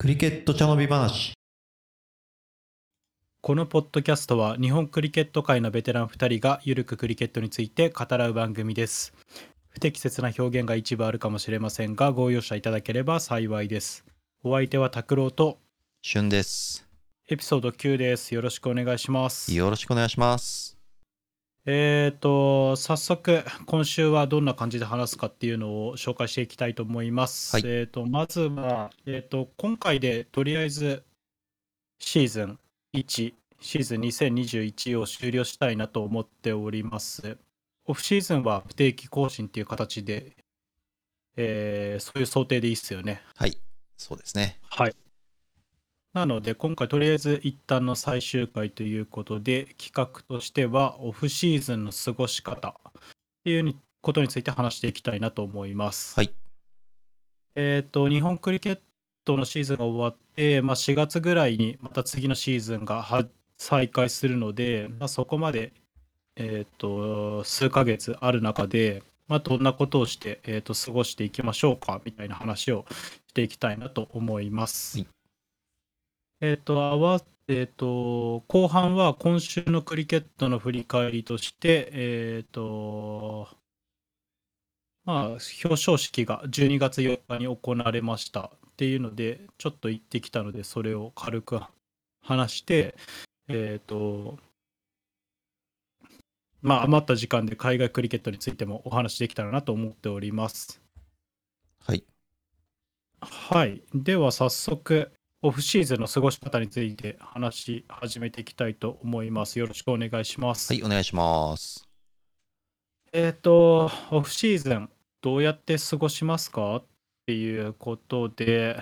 クリケット茶飲み話。 このポッドキャストは日本クリケット界のベテラン2人がゆるくクリケットについて語らう番組です。不適切な表現が一部あるかもしれませんが、ご容赦いただければ幸いです。お相手は拓郎と旬です。 エピソード9です。よろしくお願いします。 よろしくお願いします。 早速今週はどんな感じで話すかっていうのを紹介していきたいと思います。 はい。 まずは、今回でとりあえずシーズン1、シーズン2021を終了したいなと思っております。オフシーズンは不定期更新っていう形で、そういう想定でいいっすよね。 はい。そうですね。 はい。なので、今回とりあえず一旦の最終回ということで、企画としてはオフシーズンの過ごし方っていうことについて話していきたいなと思います。 はい。 日本クリケットのシーズンが終わって、4月ぐらいにまた次のシーズンが再開するので、そこまで、数ヶ月ある中で、どんなことをして、過ごしていきましょうかみたいな話をしていきたいなと思います。 はい。 後半は今週のクリケットの振り返りとして、表彰式が12月4日に行われましたっていうので、ちょっと行ってきたので、それを軽く話して、余った時間で海外クリケットについてもお話できたらなと思っております。 はい。 はい。では早速、オフシーズンの過ごし方について話し始めていきたいと思います。よろしくお願いします。 はい。お願いします。 オフシーズンどうやって過ごしますかっていうことで、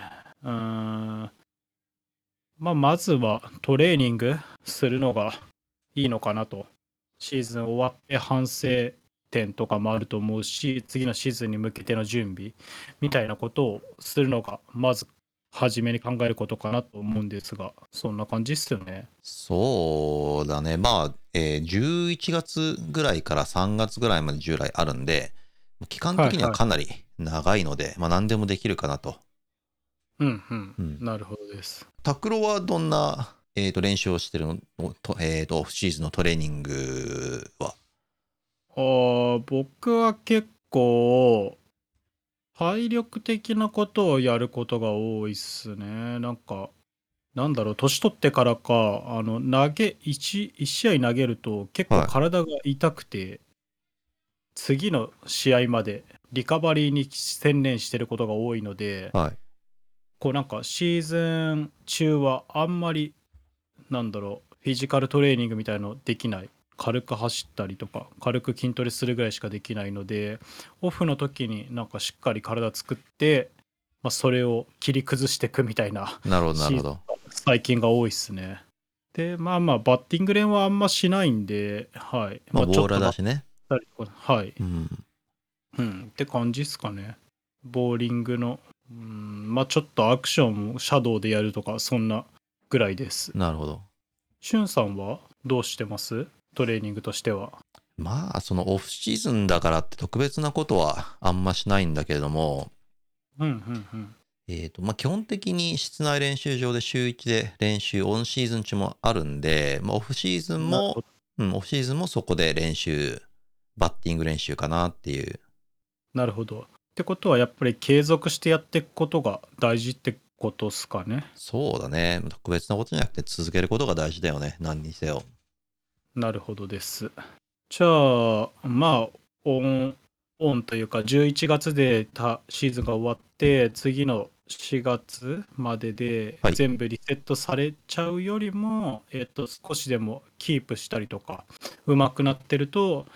まずはトレーニングするのがいいのかなと。シーズン終わって反省点とかもあると思うし、次のシーズンに向けての準備みたいなことをするのが、まず初めに考えることかなと思うんですが、そんな感じっすよね。 そうだね。11月ぐらいから3月ぐらいまで従来あるんで、期間的にははいはい。 かなり長いので、何でもできるかなと。 うんうん。 うん。 なるほどです。 拓郎はどんな、練習をしてるのと、オフシーズンのトレーニングは？ 僕は結構、体力的なことをやることが多いっすね。なんだろう、年取ってからか、1試合投げると結構は体が痛くて、次の試合までリカバリーに専念してることが多いので、 い。はい。 シーズン中はあんまり、なんだろう、フィジカルトレーニングみたいのできない。軽く走ったりとか、軽く筋トレするぐらいしかできないので、オフの時にしっかり体作って、それを切り崩していくみたいななるほど、なシーズンるほど。 が最近が多いっすね。で、バッティング練はあんましないんで、はい。ちょボーっとバッラーだしね。 たりとか、はい。 うん。 って感じっすかね。ボーリングの、ちょっとアクションもシャドウでやるとか、そんなぐらいです。 なるほど。 しゅんさんはどうしてますトレーニングとしては。 そのオフシーズンだからって特別なことはあんましないんだけれども、 うんうんうん。 基本的に室内練習場で週1で練習、オンシーズン中もあるんで、オフシーズンも、 なるほど。 オフシーズンもそこで練習、バッティング練習かなっていう。 なるほど。ってことはやっぱり継続してやっていくことが大事ってことっすかね。 そうだね。特別なことじゃなくて続けることが大事だよね。何にせよ。 なるほどです。じゃあ、オン、オンというか、11月でシーズンが終わって、次の4月までではい。 全部リセットされちゃうよりも、少しでもキープしたりとか、上手くなってると、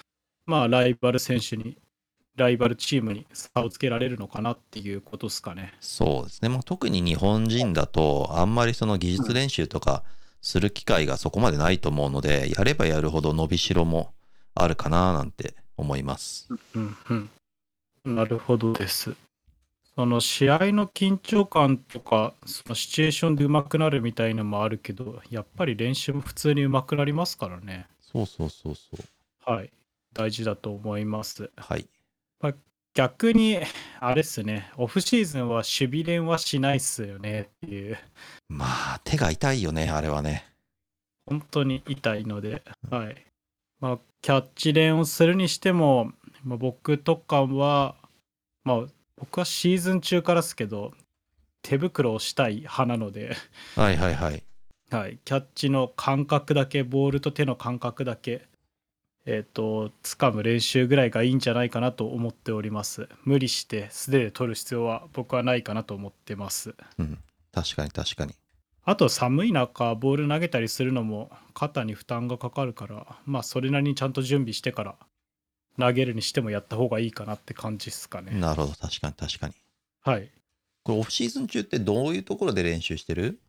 ライバルチームに差をつけられるのかなっていうことですかね。 そうですね。特に日本人だと、あんまりその技術うん、 練習とかする機会がそこまでないと思うので、やればやるほど伸びしろもあるかななんて思います。 うんうん。なるほどです。その試合の緊張感とか、そのシチュエーションで上手くなるみたいのもあるけど、やっぱり練習も普通に上手くなりますからね。 そうそうそうそう。 はい。大事だと思います。 はい。 まあ、 逆に、あれっすね、オフシーズンは守備練はしないっすよねっていう、 まあ、手が痛いよね、あれはね。 本当に痛いので、はい。まあ、キャッチ練をするにしても、まあ、僕とかは、まあ、僕はシーズン中からですけど、手袋をしたい派なので、 はいはいはい。 はい、キャッチの感覚だけ、ボールと手の感覚だけ、掴む練習ぐらいがいいんじゃないかなと思っております。無理して素手で取る必要は僕はないかなと思ってます。 うん。確かに確かに。 あと寒い中、ボール投げたりするのも肩に負担がかかるから、まあそれなりにちゃんと準備してから投げるにしてもやった方がいいかなって感じっすかね。 なるほど、確かに確かに。 はい。 これオフシーズン中ってどういうところで練習してる？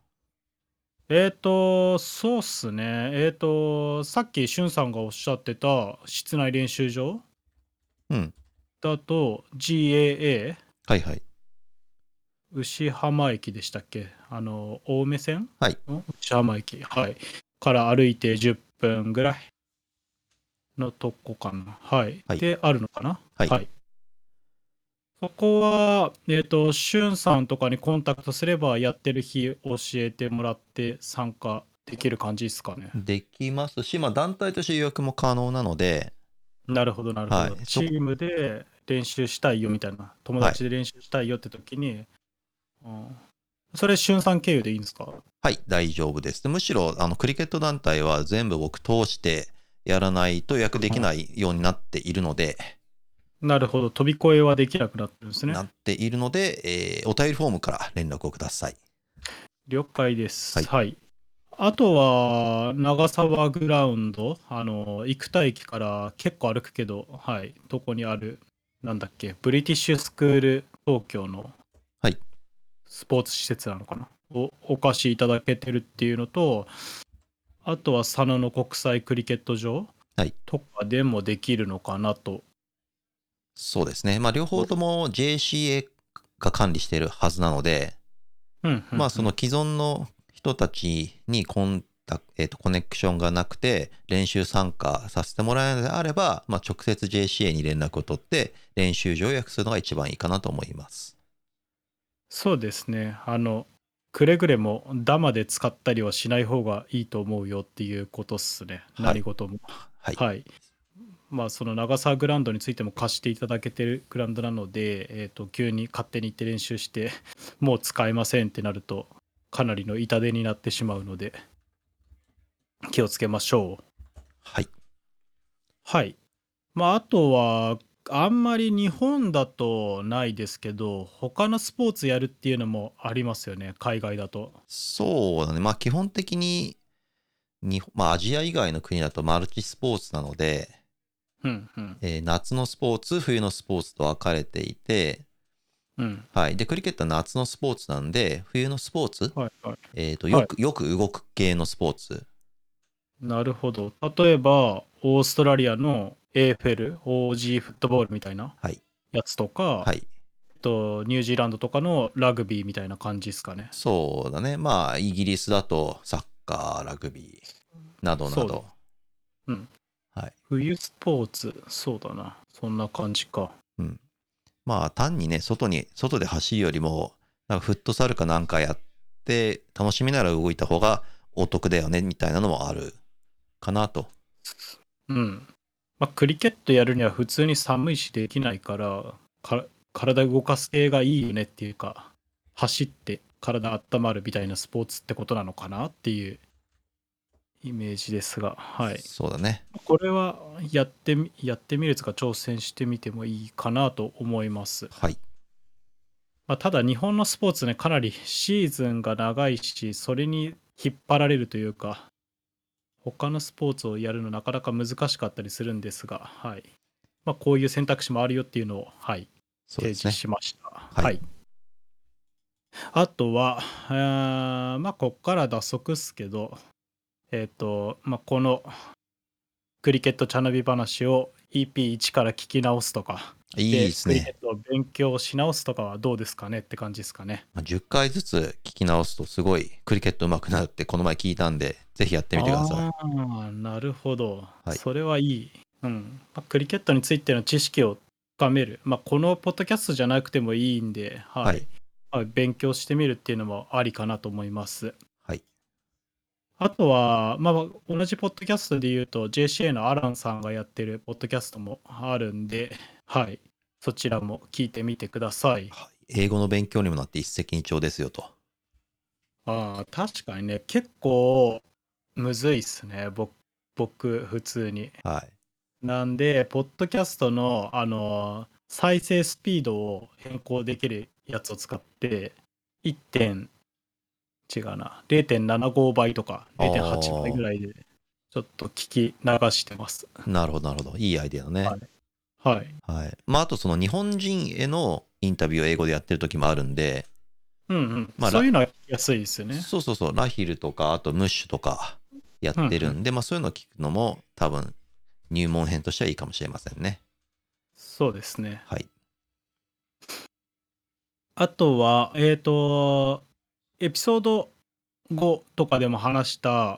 そうっすね。さっきしゅんさんがおっしゃってた室内練習場うん。 だと GAA はいはい。 牛浜駅でしたっけ？青梅線はい。 の牛浜駅、はい、から歩いて10分ぐらいのとこかな。はい。 はい。 で、あるのかな。 はい。 はい。そこは、しゅんさんとかにコンタクトすれば、やってる日教えてもらって参加できる感じですかね。 できますし、まあ団体として予約も可能なので、 なるほど、なるほど。 はい。 チームで練習したいよみたいな、友はい。 達で練習したいよって時に、うん、それ、しゅんさん経由でいいんですか？ はい、大丈夫です。でむしろ、クリケット団体は全部僕通してやらないと予約できないようになっているので、 なるほど、飛び越えはできなくなってるんですね。 お便りフォームから連絡をください。 了解ではす。 い。 はい。あとは、長沢グラウンド、生田駅から結構歩くけど、はい、どこにある、なんだっけ、ブリティッシュスクール東京のはい。 スポーツ施設なのかなをお貸しいただけてるっていうのと、あとは佐野の国際クリケット場はい。 とかでもできるのかなと。 そうですね。まあ両方とも JCA が管理しているはずなので、 うんうんまあその既存の人たちにコネクションがなくて練習参加させてもらえるのであれば、まあ直接 JCA に連絡を取って練習場を予約するのが一番いいかなと思います。 そうですね。くれぐれもダマで使ったりはしない方がいいと思うよっていうことっすね。 はい。 何事も。 はい。 はい。まあ、その長沢グラウンドについても貸していただけてるグラウンドなので、急に勝手に行って練習して、もう使えませんってなると、かなりの痛手になってしまうので、気をつけましょう。 はい。 はい。まあ、あとは、あんまり日本だとないですけど、他のスポーツやるっていうのもありますよね、海外だと。 そうだね。まあ基本的にまあアジア以外の国だとマルチスポーツなので、 うんうん。 夏のスポーツ、冬のスポーツと分かれていて、 うん。 はい。で、クリケットは夏のスポーツなんで、冬のスポーツ、 はいはい。はい。 よく動く系のスポーツ。 なるほど。例えば、オーストラリアの AFL、OG フットボールみたいなはい。 やつとか、 はい。 ニュージーランドとかのラグビーみたいな感じですかね。 そうだね。まあ、イギリスだとサッカー、ラグビーなどなそうです。 ど。 うん。 はい。 冬スポーツ、そうだな。そんな感じか。 うん。まあ、単にね、外で走るよりも、なんかフットサルかなんかやって、楽しみながら動いた方がお得だよね、みたいなのもあるかなと。 うん。まあ、クリケットやるには普通に寒いしできないから、体動かす系がいいよねっていうか、走って体温まるみたいなスポーツってことなのかなっていうイメージですが、はい。 そうだね。 これはやってみるとか挑戦してみてもいいかなと思います。 はい。 まあ、ただ日本のスポーツね、かなりシーズンが長いし、それに引っ張られるというか、他のスポーツをやるのなかなか難しかったりするんですが、はい。まあ、こういう選択肢もあるよっていうのを、はい、提示そうですね。 しました。 はい。 はい。あとは、まあ、こっから脱足っすけど、まあ、このクリケット茶飲み話を EP1 から聞き直すとか、 いいでで、クリケすね。 ットを勉強し直すとかはどうですかねって感じですかね。 まあ10回ずつ聞き直すとすごいクリケット上手くなるってこの前聞いたんで、ぜひやってみてください。 ああ、なるほど。 はい。 それはいい。うん。まあクリケットについての知識を深める。このポッドキャストじゃなくてもいいんで、 はい。 勉強してみるっていうのもありかなと思います。 はい。 あとは、同じポッドキャストで言うと、JCA のアランさんがやってるポッドキャストもあるんで、そちらも聞いてみてください。 はい。英語の勉強にもなって一石二鳥ですよと。 確かにね、結構むずいっすね、僕、普通に。 はい。 なんで、ポッドキャストの、再生スピードを変更できるやつを使って、1. 点、違うな、0.75 倍とか0.8倍ぐあらいで、ちょっと聞き流してます。 あ、なるほど、なるほど。いいアイデアだね。 はい。はい。 はい。まあ、あとその日本人へのインタビューを英語でやってる時もあるんで、 うんうん。 まあ、 そういうのは安いですよね。 そうそうそう、ラヒルとか、あとムッシュとかやっうんうん。 てるんで、まあ、そういうのを聞くのも多分入門編としてはいいかもしれませんね。 そうですね。 はい。 あとは、エピソード5とかでも話した、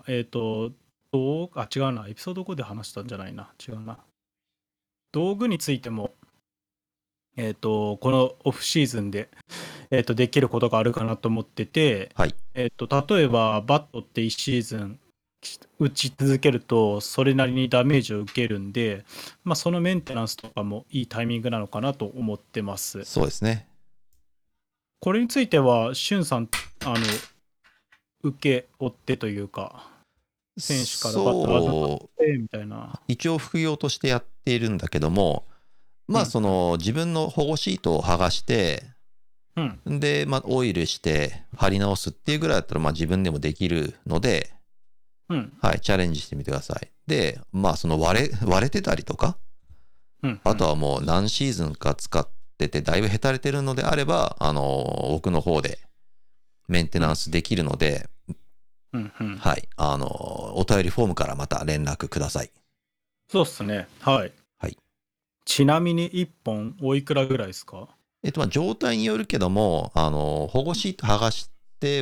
違うな、エピソード5で話したんじゃないな、違うな。道具についても、このオフシーズンで、できることがあるかなと思ってて、 はい。 例えば、バットって1シーズン打ち続けると、それなりにダメージを受けるんで、そのメンテナンスとかもいいタイミングなのかなと思ってます。 そうですね。 これについては、しゅんさん、受け負ってというか、選手からバット預かっそう、 てみたいな。 一応副業としてやっているんだけども、まあ、 うんその自分の保護シートを剥がして、 うんで、まあ、オイルして貼り直すっていうぐらいだったら、まあ、自分でもできるので、 うんはい、チャレンジしてみてください。で、まあ、その割れてたりとか、あとはもう何シーズンか使ってて、だいぶへたれてるのであれば、奥の方でメンテナンスできるので、はい、お便りフォームからまた連絡ください。 そうっすね。はい。 はい。 ちなみに1本おいくらぐらいですか？ まあ、状態によるけども、保護シート剥がして、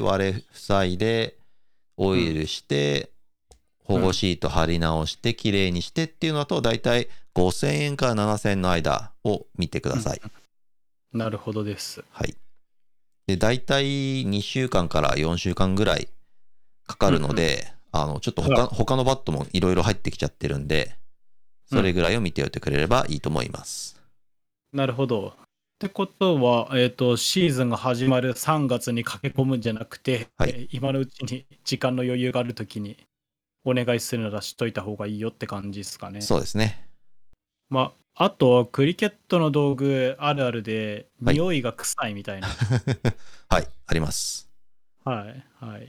割れ塞いで、オイルして、保護シート貼り直して、きれいにしてっていうのだと、だいたい5000円から7000円の間を見てください。 なるほどです。 はい。で、だいたい2週間から4週間ぐらいかかるので、ちょっと他のバットもいろいろ入ってきちゃってるんで、それぐらいを見ておいてくれればいいと思います。 なるほど。ってことは、シーズンが始まる3月に駆け込むんじゃなくて、 はい。 今のうちに時間の余裕があるときにお願いするならしといた方がいいよって感じですかね。 そうですね。 あと、クリケットの道具あるあるで、 はい。 匂いが臭いみたいな。 はい、あります。 はい。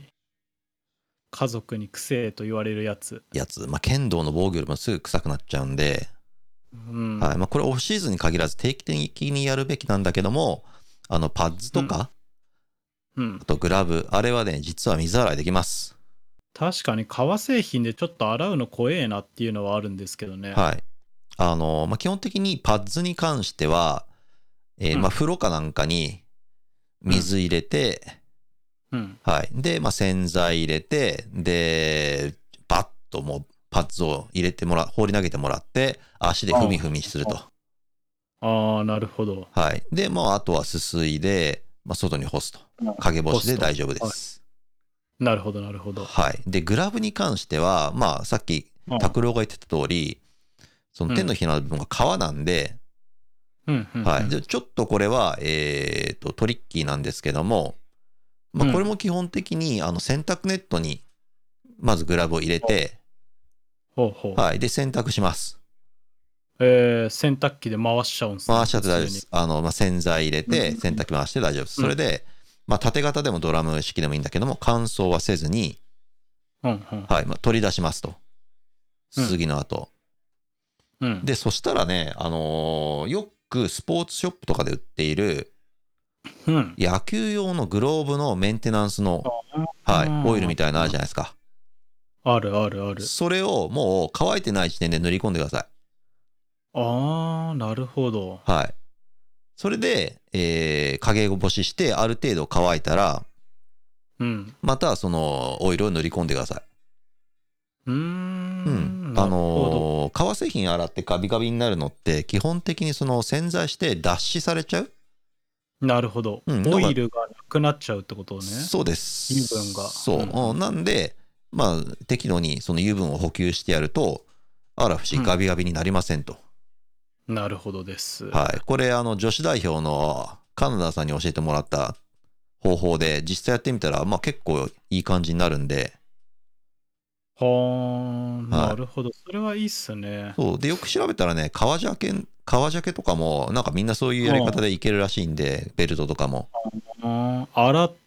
家族に臭えと言われるやつ。 まあ、剣道の防御よりもすぐ臭くなっちゃうんで、はい。まあ、これオフシーズンに限らず定期的にやるべきなんだけども、パッズとか、あとグラブ、あれはね、実は水洗いできます。 確かに革製品でちょっと洗うの怖えなっていうのはあるんですけどね。 はい。まあ、基本的にパッズに関しては、まあ、風呂かなんかに水入れて、はい。で、まあ、洗剤入れて、で、バッともうパッズを放り投げてもらって、足でふみふみすると。 なるほど。 はい。で、もうあとはすすいで、まあ、外に干すと。陰干しで大丈夫です。 なるほど。 はい。で、グラブに関しては、まあ、さっき、拓郎が言ってた通り、その手のひらの部分が革なんで、はい。で、ちょっとこれは、トリッキーなんですけども、まあ、これも基本的に、洗濯ネットに、まずグラブを入れて、はい。で、洗濯します。 洗濯機で回しちゃうんですね。 回しちゃって大丈夫です。まあ、洗剤入れて、洗濯機回して大丈夫です。それで、まあ、縦型でもドラム式でもいいんだけども、乾燥はせずに、はい。まあ、取り出しますと。すすぎの後。で、そしたらね、よくスポーツショップとかで売っている、野球用のグローブのメンテナンスの、はい、オイルみたいなのあるじゃないですか。 ある。 それをもう乾いてない時点で塗り込んでください。 なるほど。 はい。それで、陰干しして、ある程度乾いたら、またそのオイルを塗り込んでください。 なるほど。 革製品洗ってガビガビになるのって基本的にその洗剤して脱脂されちゃう、 なるほど。 のが、 オイルがなくなっちゃうってことね。 そうで油分が。 す。そう。なんで、まあ、適度にその油分を補給してやると、あら不思議、ガビガビになりませんと。 なるほどです。 はい。これ、女子代表のカナダさんに教えてもらった方法で、実際やってみたら、まあ結構いい感じになるんで、 はー、 はい。 なるほど。それはいいっすね。 そう。で、よく調べたらね、革ジャケとかも、なんかみんなそういうやり方でいけるらしいんで、ベルトとかも。 洗って、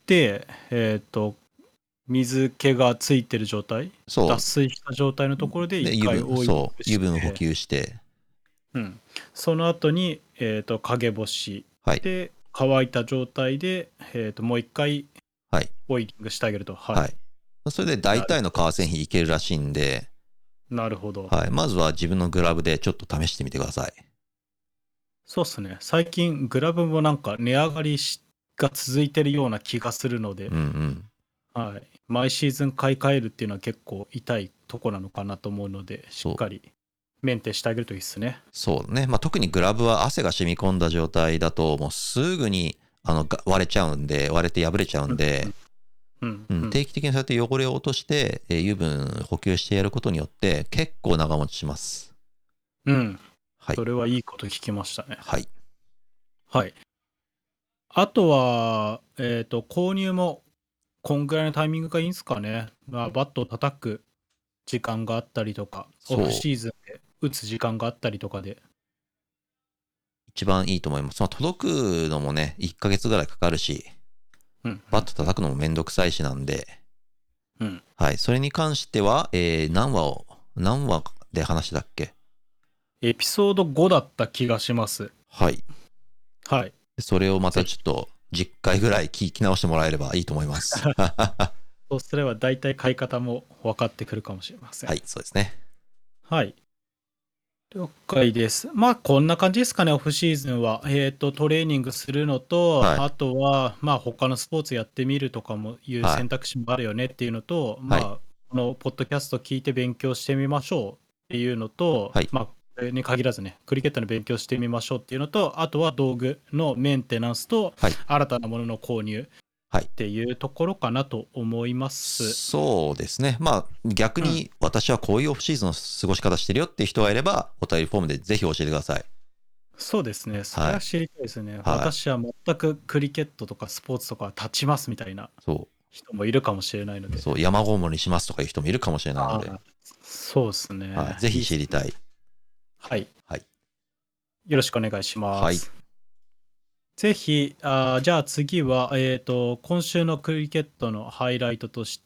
水気がついてる状態、 そう。 脱水した状態のところでで、 一回オイルそう。油分補給して、 その後に、陰干しはい。 で乾いた状態で、もう一回はい。 オイリングしてあげると。 はい。それで大体の革製品いけるらしいんで、 なるほど。 はい。まずは自分のグラブでちょっと試してみてください。 そうっすね。最近グラブもなんか値上がりが続いてるような気がするので、はい。毎シーズン買い替えるっていうのは結構痛いとこなのかなと思うので、しっかりメンテしてあげるといいっすね。 そうね。まあ、特にグラブは汗が染み込んだ状態だと、もうすぐに割れちゃうんで、割れて破れちゃうんで、定期的にそうやって汚れを落として、油分補給してやることによって、結構長持ちします。はい。 それはいいこと聞きましたね。 はい。 はい。あとは、購入もこんぐらいのタイミングがいいんですかね。まあ、バットを叩く時間があったりとか、オフシーズンで打つ時間があったりとかで。 一番いいと思います。まあ、届くのもね、1ヶ月ぐらいかかるし、バット叩くのもめんどくさいしなんで、はい。それに関しては、何話で話したっけ？ エピソード5だった気がします。 はい。 はい。 それをまたちょっと10回ぐらい聞き直してもらえればいいと思います。 そうすれば大体買い方も分かってくるかもしれません。 はい、そうですね。 はい。了解です。まあ、こんな感じですかね、オフシーズンは。トレーニングするのと、あとは、まあ、他のスポーツやってみるとかもいう選択肢もあるよねっていうのと、まあ、このポッドキャスト聞いて勉強してみましょうっていうのと、まあ、これに限らずね、クリケットの勉強してみましょうっていうのと、あとは道具のメンテナンスと、新たなものの購入っていうところかなと思います。 そうですね。まあ逆に私はこういうオフシーズンの過ごし方してるよっていう人がいれば、お便りフォームでぜひ教えてください。 そうですね。それは知りたいですね。私は全くクリケットとかスポーツとか立ちますみたいな人もいるかもしれないので。 そう、山ごもりしますとかいう人もいるかもしれないので。 そうですね。 ぜひ知りたい。 はい。 はい。 よろしくお願いします。 はい。 ぜひ、じゃあ次は、今週のクリケットのハイライトとして、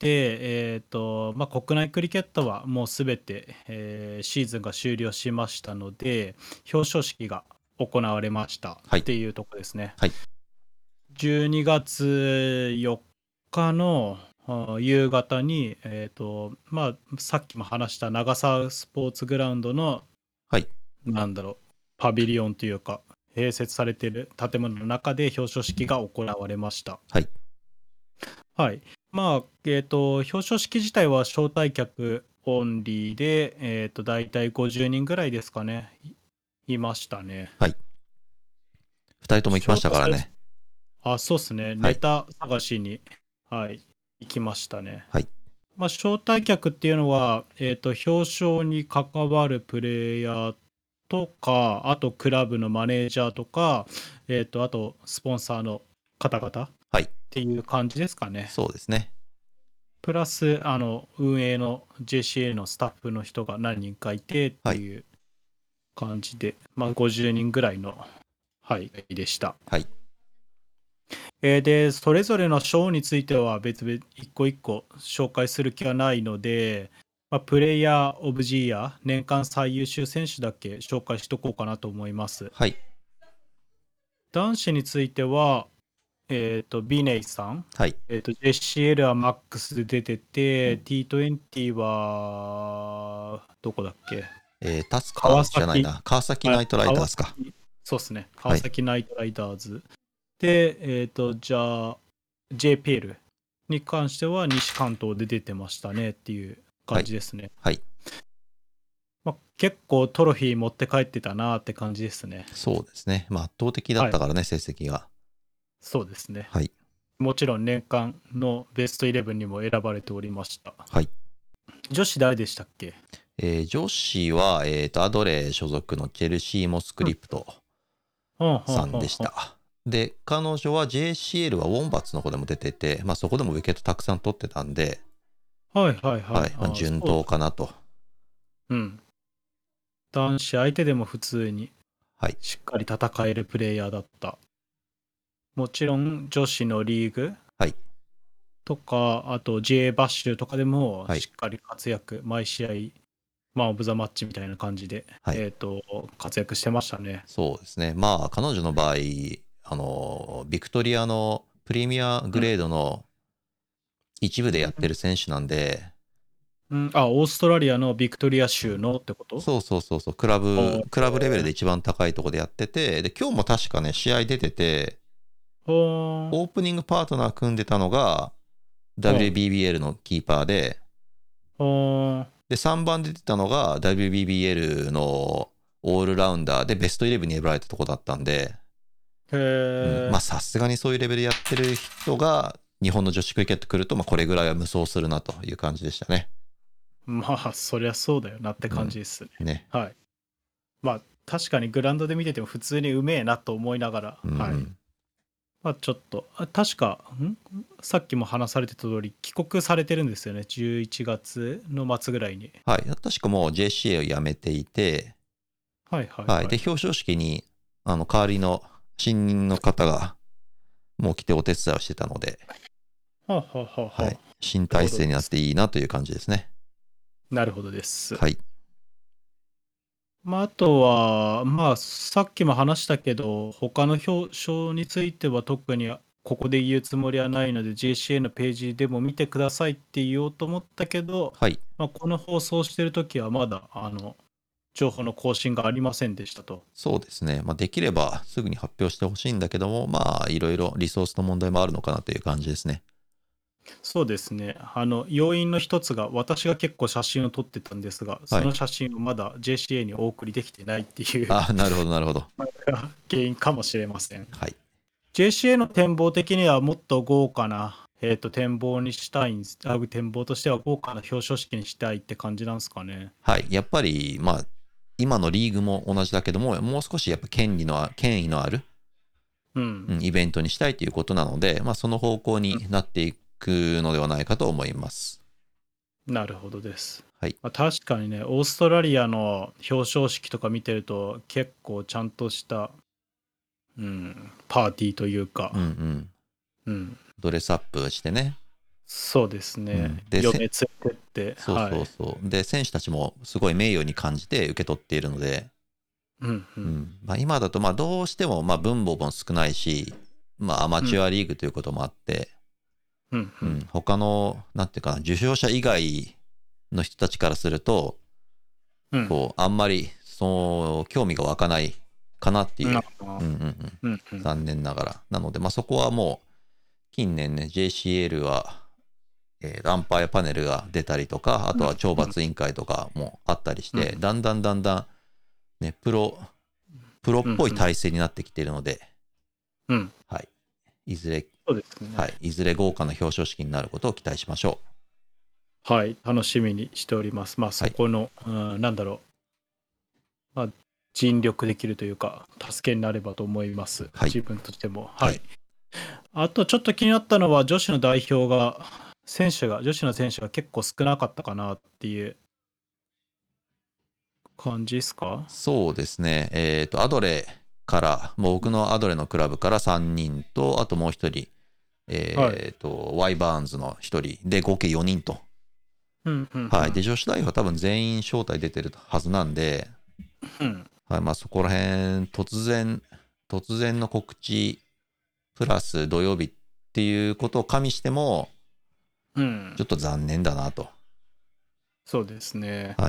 まあ、国内クリケットはもうすべて、シーズンが終了しましたので、表彰式が行われましたっていうところですね。12月4日の夕方に、まあ、さっきも話した長沢スポーツグラウンドの、なんだろう、パビリオンというか、併設されている建物の中で表彰式が行われました。はい。まあ、表彰式自体は招待客オンリーで、だいたい50人ぐらいですかね。いましたね。 はい。2人とも行きましたからね。 そうですね。ネタ探しに、行きましたね。まあ、招待客っていうのは、表彰に関わるプレイヤーとか、あとクラブのマネージャーとか、あとスポンサーの方々っていう感じですかね。 そうですね。 プラス、運営の JCA のスタッフの人が何人かいてっていう感じで、まあ、50人ぐらいの、でした。で、それぞれの賞については別々一個一個紹介する気はないので、まあ、プレイヤー・オブ・ジ・イヤー、年間最優秀選手だけ紹介しとこうかなと思います。男子については、ビネイさん、JCL はマックスで出てて、T20 は、どこだっけ？ タスカじゃないな。川崎ナイトライダーズか。 そうですね。川崎ナイトライダーズ。で、じゃあ、JPL に関しては西関東で出てましたねっていう感じですね。 結構トロフィー持って帰ってたなって感じですね。 そうですね。圧倒的だったからね、成績が。 そうですね。 はい。 もちろん年間のベストイレブンにも選ばれておりました。 はい。 女子誰でしたっけ？ 女子は、アドレー所属のチェルシー・モスクリプトさんでした。で、彼女は JCL はウォンバッツの方でも出てて、そこでもウィケットたくさん取ってたんで、 はい。 順当かなと。 うん。男子相手でも普通にしっかり戦えるプレイヤーだった。もちろん女子のリーグとか、あと J バッシュとかでもしっかり活躍、毎試合、オブザマッチみたいな感じで、活躍してましたね。 そうですね。彼女の場合、ビクトリアのプレミアグレードの一部でやってる選手なんで、 オーストラリアのビクトリア州のってこと？ そう、クラブレベルで一番高いところでやってて、で、今日も確かね、試合出てて、オープニングパートナー組んでたのが、WBBL のキーパーで、で、3番で出てたのが WBBL のオールラウンダーでベストイレブンに選ばれたとこだったんで、さすがにそういうレベルやってる人が日本の女子クリケット来ると、これぐらいは無双するなという感じでしたね。 そりゃそうだよなって感じですね。はい。確かにグラウンドで見てても普通にうめえなと思いながら、ちょっと、確か、さっきも話されてた通り、帰国されてるんですよね、11月の末ぐらいに。 はい、確かもう JCA を辞めていて、で、表彰式に代わりの新任の方がもう来てお手伝いをしてたので、新体制になっていいなという感じですね。 なるほどです。 はい。 あとは、さっきも話したけど、他の表彰については特にここで言うつもりはないので、JCA のページでも見てくださいって言おうと思ったけど、この放送してるときはまだ、情報の更新がありませんでしたと。 そうですね。できればすぐに発表してほしいんだけども、いろいろリソースの問題もあるのかなという感じですね。 そうですね。要因の一つが、私が結構写真を撮ってたんですが、その写真をまだ JCA にお送りできてないっていう、 なるほど。 原因かもしれません。 はい。 JCA の展望的にはもっと豪華な、展望にしたいんです。展望としては豪華な表彰式にしたいって感じなんですかね。 はい。やっぱり、今のリーグも同じだけども、もう少しやっぱ権威のある、イベントにしたいということなので、その方向になっていくのではないかと思います。 なるほどです。 はい。 確かにね、オーストラリアの表彰式とか見てると、結構ちゃんとした、パーティーというか、 ドレスアップしてね。 そうですね。嫁連れてって。 そう。で、選手たちもすごい名誉に感じて受け取っているので、今だとどうしても分母も少ないし、アマチュアリーグということもあって、他の、なんていうかな、受賞者以外の人たちからすると、あんまり興味が湧かないかなっていう、残念ながら。なので、そこはもう、近年ね、JCL は、アンパイアパネルが出たりとか、あとは懲罰委員会とかもあったりして、だんだん、ね、プロっぽい体制になってきているので、いずれ、いずれ豪華な表彰式になることを期待しましょう。はい、楽しみにしております。そこの、尽力できるというか、助けになればと思います。自分としても。あとちょっと気になったのは、女子の代表が、女子の選手が結構少なかったかなっていう感じですか？ そうですね。アドレから、もう僕のアドレのクラブから3人と、あともう1人、ワイバーンズの1人で合計4人と。で、女子代表は多分全員招待出てるはずなんで、そこら辺、突然の告知、プラス土曜日っていうことを加味しても、ちょっと残念だなと。 そうですね。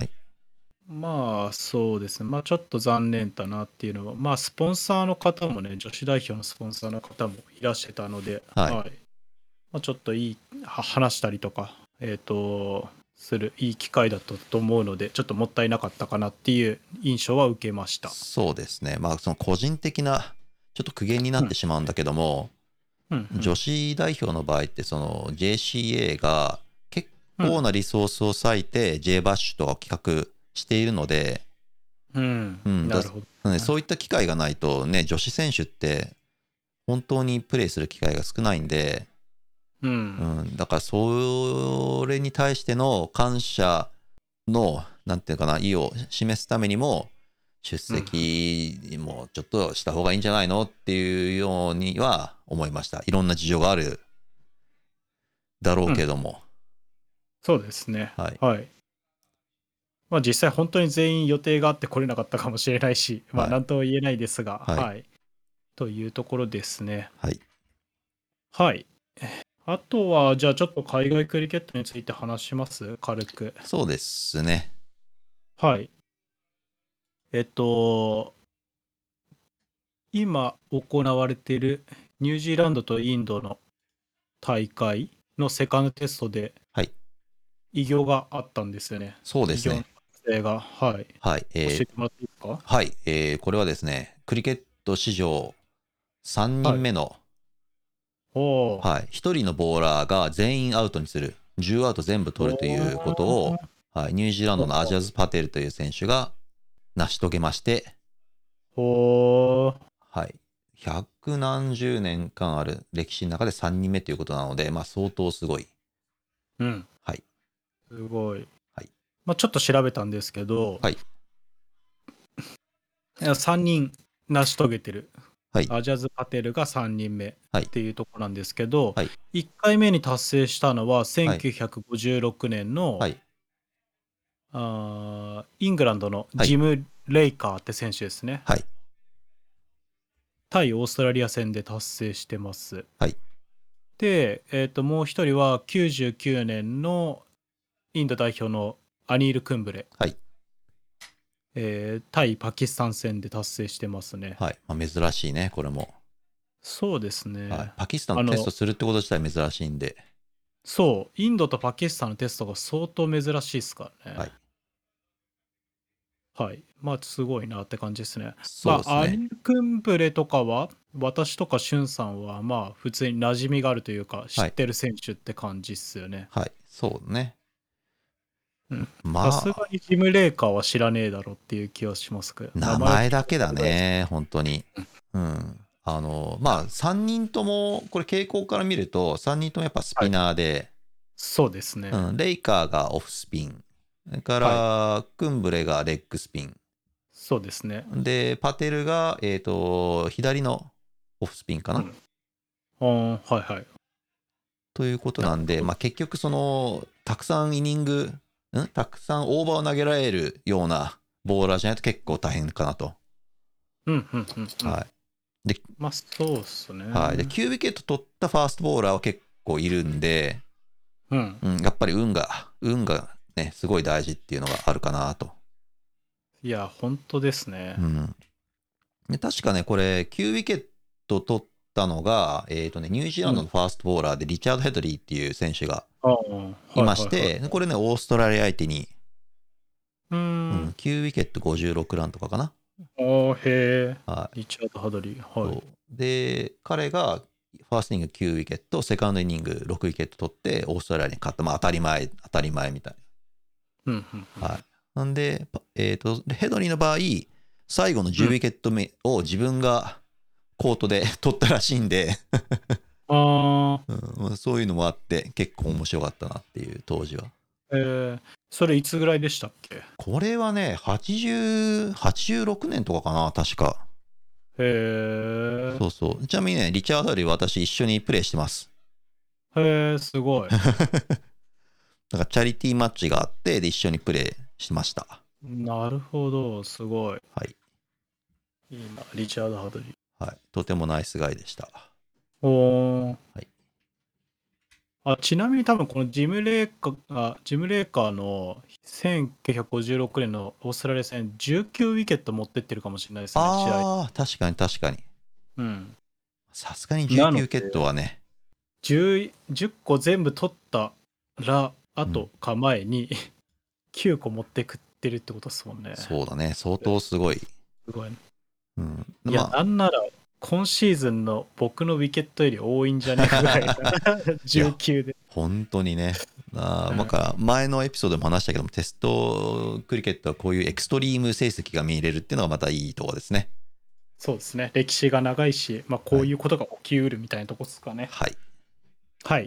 そうですね。ちょっと残念だなっていうのは、スポンサーの方もね、女子代表のスポンサーの方もいらしてたので、ちょっと話したりとか、 するいい機会だったと思うので、ちょっともったいなかったかなっていう印象は受けました。 そうですね。まあその個人的なちょっと苦言になってしまうんだけども、女子代表の場合ってその JCA が結構なリソースを割いて J バッシュとかを企画しているので、 なるほど。 そういった機会がないとね、女子選手って本当にプレーする機会が少ないんで、だからそれに対しての感謝のなんていうかな、意を示すためにも出席もちょっとした方がいいんじゃないのっていうようには思いました。いろんな事情があるだろうけども、 そうですね。 はい、 まあ実際本当に全員予定があって来れなかったかもしれないし、まあはい何とも言えないですが、 はいというところですね。 はいはい。あとは、じゃあちょっと海外クリケットについて話します、軽く。 そうですね。 はい。今行われているニュージーランドとインドの大会のセカンドテストではい偉業があったんですよね。 そうですね。 偉業の達成が、はい。 はい、 教えてもらっていいですか？ はい、これはですね、クリケット史上3人目の、はい、1人のボーラーが全員アウトにする、10アウト全部取るということを、はい、ニュージーランドのアジャズ・パテルという選手が成し遂げまして、はい、百何十年間ある歴史の中で3人目ということなので、まあ、相当すごい。はい。 すごい。 はい。 まあ、ちょっと調べたんですけど、 はい。 3人成し遂げてる。 はい。 アジャズ・パテルが3人目はいっていうところなんですけど、 はい。 1回目に達成したのは1956年の、 はい。 イングランドのジム・レイカーって選手ですね。 はい。 対オーストラリア戦で達成してます。 はい。 で、もう一人は99年のインド代表のアニール・クンブレ。 はい。 対パキスタン戦で達成してますね。 はい。まあ、珍しいね、これも。 そうですね。 はい。パキスタンのテストするってこと自体珍しいんで。 そう、インドとパキスタンのテストが相当珍しいですからね。 はい。 はい。まあ、すごいなって感じですね。 そうですね。 まあ、アニール・クンブレとかは、私とかシュンさんは、まあ、普通に馴染みがあるというか、知ってる選手って感じっすよね。 はい。そうね。 さすがにジム・レイカーは知らねえだろっていう気はしますけど。 名前だけだね、本当に。まあ、3人とも、これ傾向から見ると、3人ともやっぱスピナーで、 そうですね。 レイカーがオフスピン。それから、クンブレがレッグスピン。 そうですね。 で、パテルが、左のオフスピンかな。 はいはい。 ということなんで、まあ、結局たくさんイニング、たくさんオーバーを投げられるようなボーラーじゃないと結構大変かなと。はい。で、 まあそうっすね。 はい。で、9ウィケット取ったファーストボーラーは結構いるんで、やっぱり運がね、すごい大事っていうのがあるかなと。 いや、本当ですね。 で確かね、これ、9ウィケット取ったのが、ニュージーランドのファーストボーラーで、リチャード・ヘドリーっていう選手がいまして、これね、オーストラリア相手に、9ウィケット56ランとかかな。 へえ。 はい。 リチャード・ハドリー。はい。 で、彼が、ファーストイニング9ウィケット、セカンドイニング6ウィケット取って、オーストラリアに勝った。まあ、当たり前みたいな。はい。なんで、ヘドリーの場合、最後の10ウィケット目を自分がコートで取ったらしいんでそういうのもあって結構面白かったなっていう当時は。 それいつぐらいでしたっけ？ これはね86年とかかな確か。 へえ。 そうそう。ちなみにねリチャードより私一緒にプレイしてます。 へえ、すごい。 だからチャリティーマッチがあってで一緒にプレイしました。 なるほど、すごい。 はい。 いいな、リチャード・ハドリー。 はい。とてもナイスガイでした。 はい 。 ちなみに多分このジム・レイカーの1956年のオーストラリア戦19ウィケット持ってってるかもしれないですね、試合。 ああ、確かに。さすがに19ウィケットはね。 10個全部取ったら、 後か前に9個持ってくってるってことですもんね。 そうだね。相当すごい。 すごい。 いや、なんなら今シーズンの僕のウィケットより多いんじゃねえぐらいな19で。 本当にね。前のエピソードでも話したけども、テストクリケットはこういうエクストリーム成績が見れるっていうのがまたいいところですね。 そうですね。歴史が長いし、こういうことが起きうるみたいなとこですかね。 はい。 はい。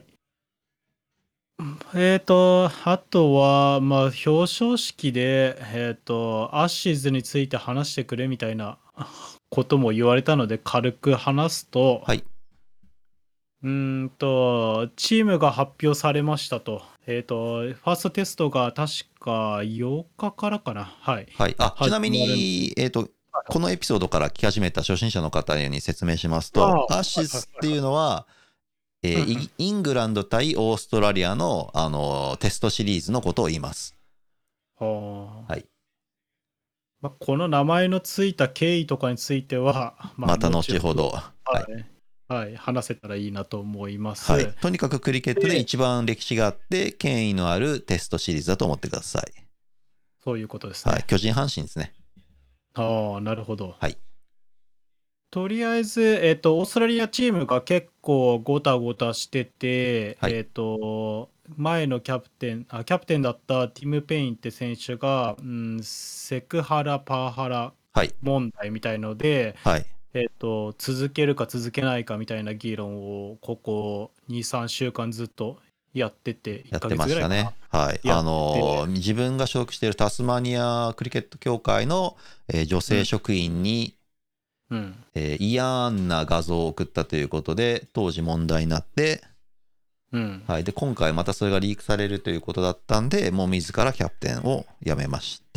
あとは、表彰式で、アッシーズについて話してくれみたいなことも言われたので、軽く話すと、 はい。 チームが発表されましたと。ファーストテストが確か8日からかな。はい。 はい。ちなみに、 はいこのエピソードから聞き始めた初心者の方に説明しますと、アッシスっていうのは、イングランド対オーストラリアの、テストシリーズのことを言います。 ははい。 この名前のついた経緯とかについては、 また後ほど。 はい、話せたらいいなと思います。 はい。とにかくクリケットで一番歴史があって権威のあるテストシリーズだと思ってください。 そういうことですね。 はい。巨人阪神ですね。 なるほど。 はい。 とりあえず、オーストラリアチームが結構ごたごたしてて、 はい前のキャプテンだったティム・ペインって選手が、セクハラ、パワハラはい。 問題みたいので、 はい。 続けるか続けないかみたいな議論をここ2、3週間ずっとやってて、1ヶやってま月ぐらいかな。 したね。はい。 やって自分が所属しているタスマニアクリケット協会の、女性職員に、嫌な画像を送ったということで、当時問題になって、はい。で、今回またそれがリークされるということだったんで、もう自らキャプテンを辞めました。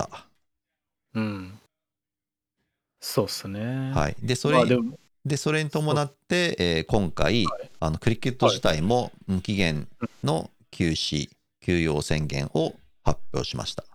そうっすね。 はい。で、それに伴って、今回、クリケット自体も無期限の休養宣言を発表しました。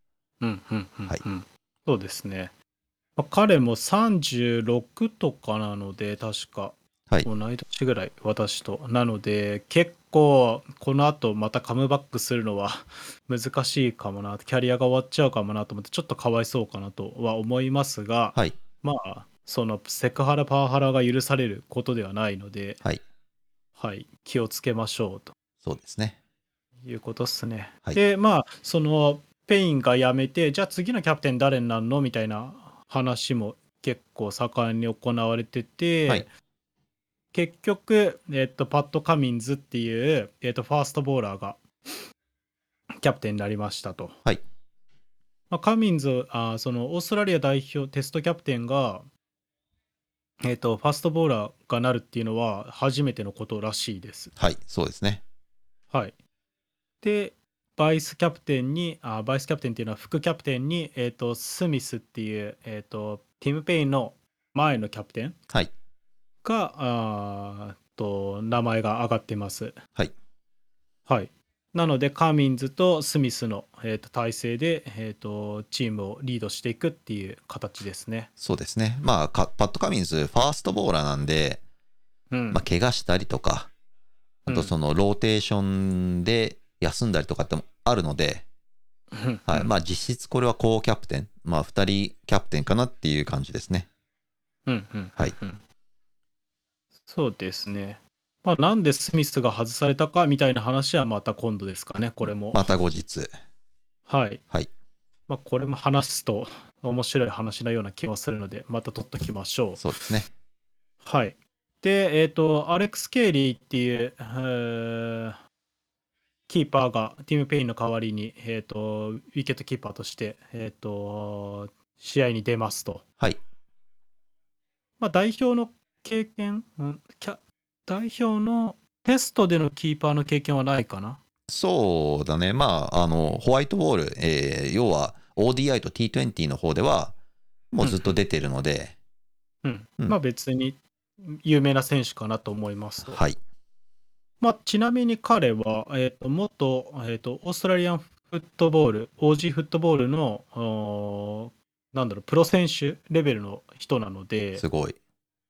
そうですね。彼も36とかなので、確か、同い年ぐらい、私と。なので、結構、この後またカムバックするのは難しいかもな、キャリアが終わっちゃうかもなと思って、ちょっとかわいそうかなとは思いますが、そのセクハラ、パワハラが許されることではないので、気をつけましょうと。 そうですね。 いうことっすね。で、そのペインが辞めて、じゃあ次のキャプテン誰になるのみたいな話も結構盛んに行われてて、結局、パット・カミンズっていう、ファーストボーラーがキャプテンになりましたと。カミンズ、そのオーストラリア代表テストキャプテンが、ファーストボーラーがなるっていうのは初めてのことらしいです。 はい、そうですね。 で、バイスキャプテンっていうのは副キャプテンに、スミスっていう、ティム・ペインの前のキャプテンが、名前が挙がってます。なので、カミンズとスミスの、体制で、チームをリードしていくっていう形ですね。 そうですね。パット・カミンズ、ファーストボーラーなんで、怪我したりとか、あとそのローテーションで休んだりとかってもあるので、実質これはコーキャプテン、2人キャプテンかなっていう感じですね。 そうですね。なんでスミスが外されたかみたいな話はまた今度ですかね、これも。 また後日。 これも話すと面白い話のような気もするので、また取っときましょう。 そうですね。 で、アレックス・ケイリーっていう、キーパーがティム・ペインの代わりに、ウィケットキーパーとして、試合に出ますと。代表の経験、代表のテストでのキーパーの経験はないかな。 そうだね。ホワイトボール、要は ODI と T20 の方ではもうずっと出てるので、 別に有名な選手かなと思いますと。ちなみに彼は、元、オーストラリアンフットボール、OG フットボールの、プロ選手レベルの人なので、 すごい。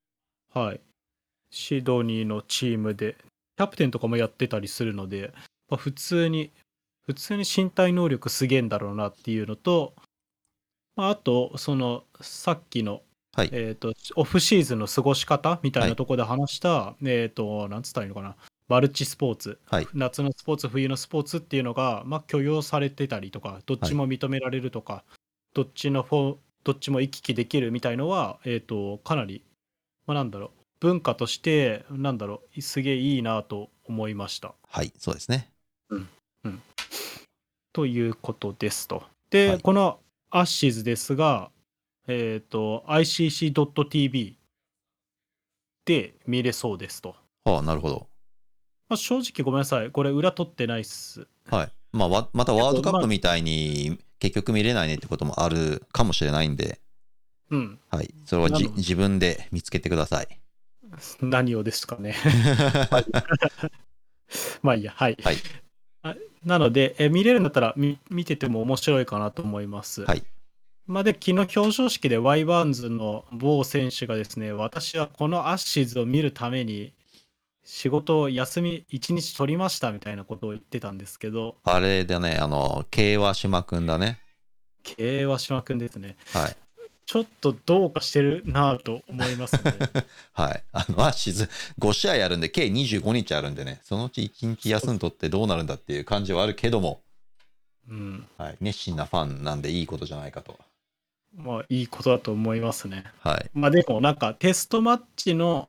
シドニーのチームで、キャプテンとかもやってたりするので、普通に普通に身体能力すげえんだろうなっていうのと、あとそのさっきの、 はい。 オフシーズンの過ごし方みたいはないところで話した、なんつったらいいのかな、マルチスポーツ、 はい。 夏のスポーツ、冬のスポーツっていうのが、許容されてたりとか、どっはい。 ちも認められるとか、どっちも行き来できるみたいのは、かなり、なんだろう、文化として、すげえいいなと思いました。 はい。そうですね。 うんうん、ということですと。で、 はい。 このアッシーズですが、ICC.TV で見れそうですと。 はあ、なるほど。 正直ごめんなさい。これ裏取ってないっす。 はい。またワールドけど、 カップみたいに結局見れないねってこともあるかもしれないんで、 うん。 はい。それはなの、 自分で見つけてください。 何をですかね。まあいいや、はい。 はい。 なので、見れるんだったら見てても面白いかなと思います。 はい。 で、昨日表彰式でワイバーンズの某選手がですね、私はこのアッシーズを見るために仕事を休み1日取りましたみたいなことを言ってたんですけど、 あれだね、慶和島くんだね。 慶和島くんですね。 はい。 ちょっとどうかしてるなぁと思いますね。 はい。アッシズ5試合あるんで、計25日あるんでね、そのうち1日休んどってどうなるんだっていう感じはあるけども、 うん。 はい。熱心なファンなんでいいことじゃないかと。 いいことだと思いますね。 はい。 でもテストマッチの、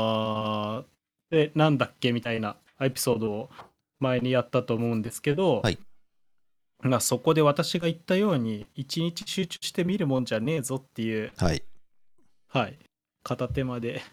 なんだっけみたいなエピソードを前にやったと思うんですけど、 はい。 そこで私が言ったように、一日集中して見るもんじゃねえぞっていう、 はい。 はい、片手間で、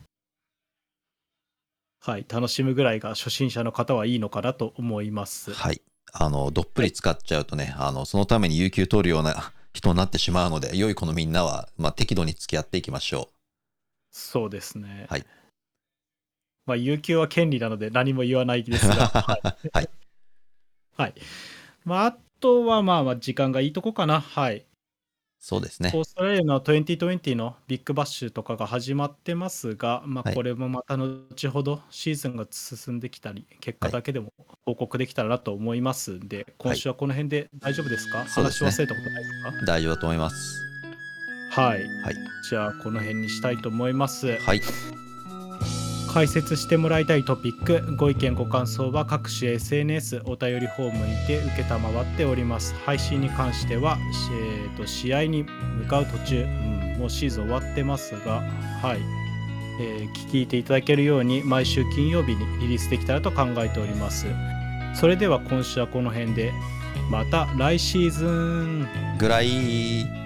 はい、楽しむぐらいが初心者の方はいいのかなと思います。 はい。どっぷり使っちゃうとね、そのために有給取るような人になってしまうので、良い子のみんなは、適度に付き合っていきましょそうですね。 はい。 有給は権利なので何も言わないですが、はい。 はい。 はい。あとは時間がいいとこかな。はい。 そうですね。 オーストラリアの2020のビッグバッシュとかが始まってますが、 はい。 これもまた後ほどシーズンが進んできたり、結はい。 果だけでも報告できたらなと思いますんで、 はい。 今週はこの辺で大丈夫ですか？話し忘そうですね。 れたことないですか？ 大丈夫だと思います。 はい。 はい。 じゃあこの辺にしたいと思います。 はい。 解説してもらいたいトピック、ご意見ご感想は各種 SNS お便りフォームにて承っております。配信に関しては、試合に向かう途中、もうシーズン終わってますが、はい、聞いていただけるように毎週金曜日にリリースできたらと考えております。それでは今週はこの辺で、また来シーズンぐらい。